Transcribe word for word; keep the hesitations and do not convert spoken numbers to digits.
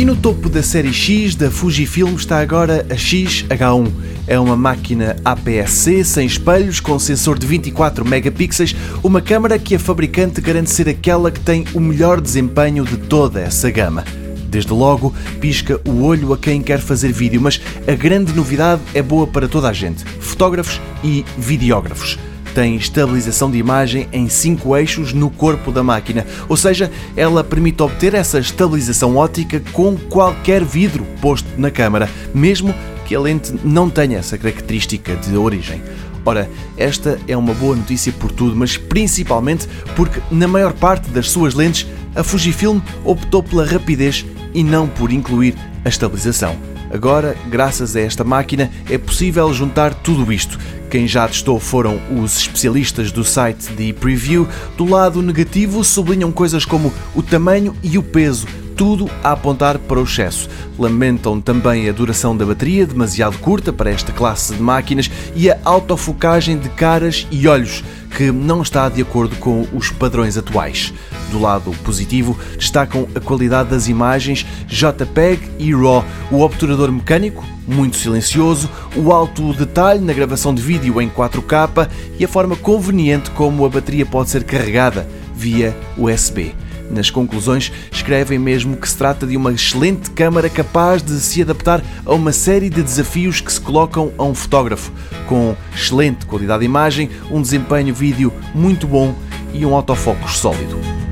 no topo da série X da Fujifilm está agora a X H um. É uma máquina A P S C sem espelhos, com sensor de vinte e quatro megapixels, uma câmara que a fabricante garante ser aquela que tem o melhor desempenho de toda essa gama. Desde logo, pisca o olho a quem quer fazer vídeo, mas a grande novidade é boa para toda a gente, fotógrafos e videógrafos. Tem estabilização de imagem em cinco eixos no corpo da máquina, ou seja, ela permite obter essa estabilização óptica com qualquer vidro posto na câmara, mesmo que a lente não tenha essa característica de origem. Ora, esta é uma boa notícia por tudo, mas principalmente porque, na maior parte das suas lentes, a Fujifilm optou pela rapidez e não por incluir a estabilização. Agora, graças a esta máquina, é possível juntar tudo isto. Quem já testou foram os especialistas do site de Preview. Do lado negativo, sublinham coisas como o tamanho e o peso, tudo a apontar para o excesso. Lamentam também a duração da bateria, demasiado curta para esta classe de máquinas, e a autofocagem de caras e olhos, que não está de acordo com os padrões atuais. Do lado positivo, destacam a qualidade das imagens JPEG e RAW, o obturador mecânico, muito silencioso, o alto detalhe na gravação de vídeo em quatro K e a forma conveniente como a bateria pode ser carregada via U S B. Nas conclusões, escrevem mesmo que se trata de uma excelente câmara capaz de se adaptar a uma série de desafios que se colocam a um fotógrafo, com excelente qualidade de imagem, um desempenho vídeo muito bom e um autofocus sólido.